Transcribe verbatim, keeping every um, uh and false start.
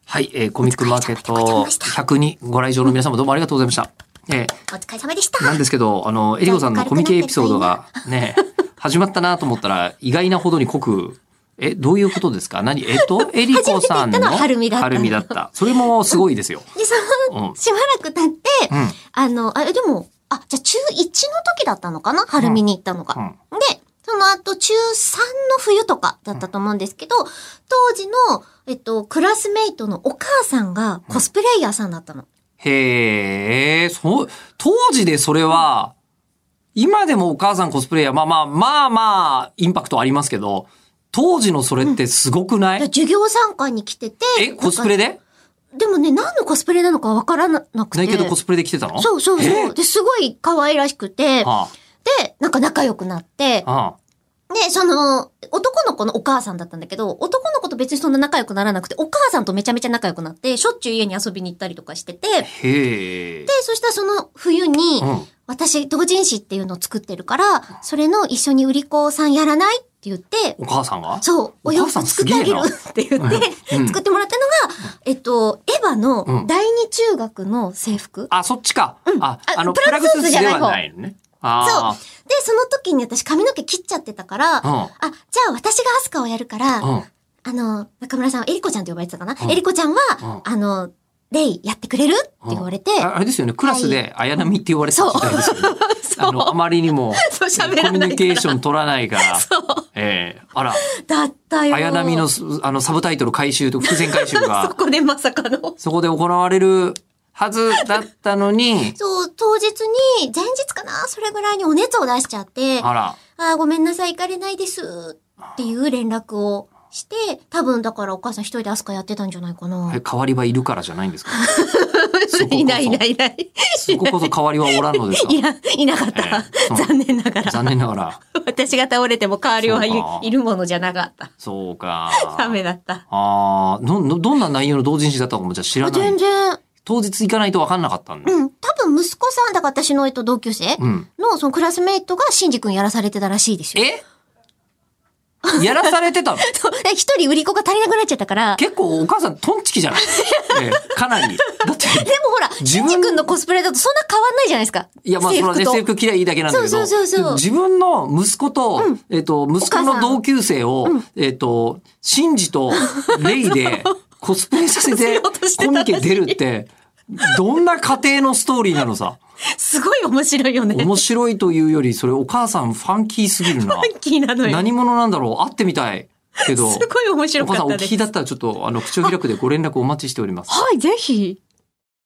はい、えー、コミックマーケットひゃくにご来場の皆様どうもありがとうございました。 えー、お疲れ様でした。 なんですけど、あの、えりこさんのコミケエピソードがね、始まったなと思ったら、意外なほどに濃く、え、どういうことですか？何えっと、えりこさんのはるみだった。 はるみだった。それもすごいですよ。 で、その、うん、しばらく経って、うん、あの、あ、でも、あ、じゃあ中いちの時だったのかな？はるみに行ったのが。うんうん、で、その後中さんの冬とかだったと思うんですけど、当時の、えっと、クラスメイトのお母さんがコスプレイヤーさんだったの。 へえ、そう、当時でそれは、今でもお母さんコスプレイヤー、まあまあ、まあまあ、インパクトありますけど、当時のそれってすごくない？ うん、授業参観に来てて。 え、コスプレで？ でもね、何のコスプレなのかわからなくて。 ないけどコスプレで来てたの？ そうそうそう。で、すごい可愛らしくて、はあ、で、なんか仲良くなって、はあ、で、その、男の子のお母さんだったんだけど、男の子と別にそんな仲良くならなくて、お母さんとめちゃめちゃ仲良くなって、しょっちゅう家に遊びに行ったりとかしてて、 へー。 で、そしたらその冬に、うん、私、同人誌っていうのを作ってるから、それの一緒に売り子さんやらないって言って、 お母さんが？ そう、お洋服作ってあげるって言って、うん、作ってもらったのが、えっと、エヴァの第二中学の制服。 うん、あ、そっちか。 うん、 あ、 あの、プラグスーツじゃない方。 ないのね。 そう。で、その時に私髪の毛切っちゃってたから、うん、あ、じゃあ私がアスカをやるから、うん、あの、中村さんはエリコちゃんって呼ばれてたかな、うん、エリコちゃんは、うん、あの、レイやってくれるって言われて、 うん、あれですよね、クラスで綾波って言われてた時代ですよね。そう。あの、あまりにも、コミュニケーション取らないから。そう。ええー、あら。 だったよ。 綾波の、あの、サブタイトル回収と伏線回収が。 そこでまさかの。 そこで行われるはずだったのに。 そう、当日に、前日かな、それぐらいにお熱を出しちゃって、 あら。 あ、ごめんなさい、行かれないです、っていう連絡をして、多分だからお母さん一人でアスカやってたんじゃないかな。 え、代わりはいるからじゃないんですか？ いないいないいない。 そここそ代わりはおらんのですか？ いや、いなかった。えー、残念ながら。 残念ながら。 私が倒れても代わりはいる、いるものじゃなかった。 そうか。 ダメだった。 ああ、ど、どんな内容の同人誌だったかもじゃ知らない。 全然。 当日行かないと分かんなかったんだ。 うん。多分息子さん、だから私のえっと同級生のそのクラスメイトがシンジ君やらされてたらしいですよ。 えやらされてたの？ そう。一人売り子が足りなくなっちゃったから。 結構お母さんトンチキじゃない？ええ、かなり。だって。 でもほら、シンジ君のコスプレだとそんな変わんないじゃないですか。 いや、まあ、そのね、制服着りゃいいだけなんだけど。 そうそうそうそう。 自分の息子と、うん、えっと、息子の同級生を、うん、えっと、シンジとレイでコスプレさせてコミケ出るって、どんな家庭のストーリーなのさ。 すごい面白いよね。 面白いというより、それお母さんファンキーすぎるな。 ファンキーなのよ。 何者なんだろう、会ってみたい。けど。 すごい面白かったです。 お母さんお聞きだったらちょっと、あの、口を開くでご連絡お待ちしております。 はい、ぜひ。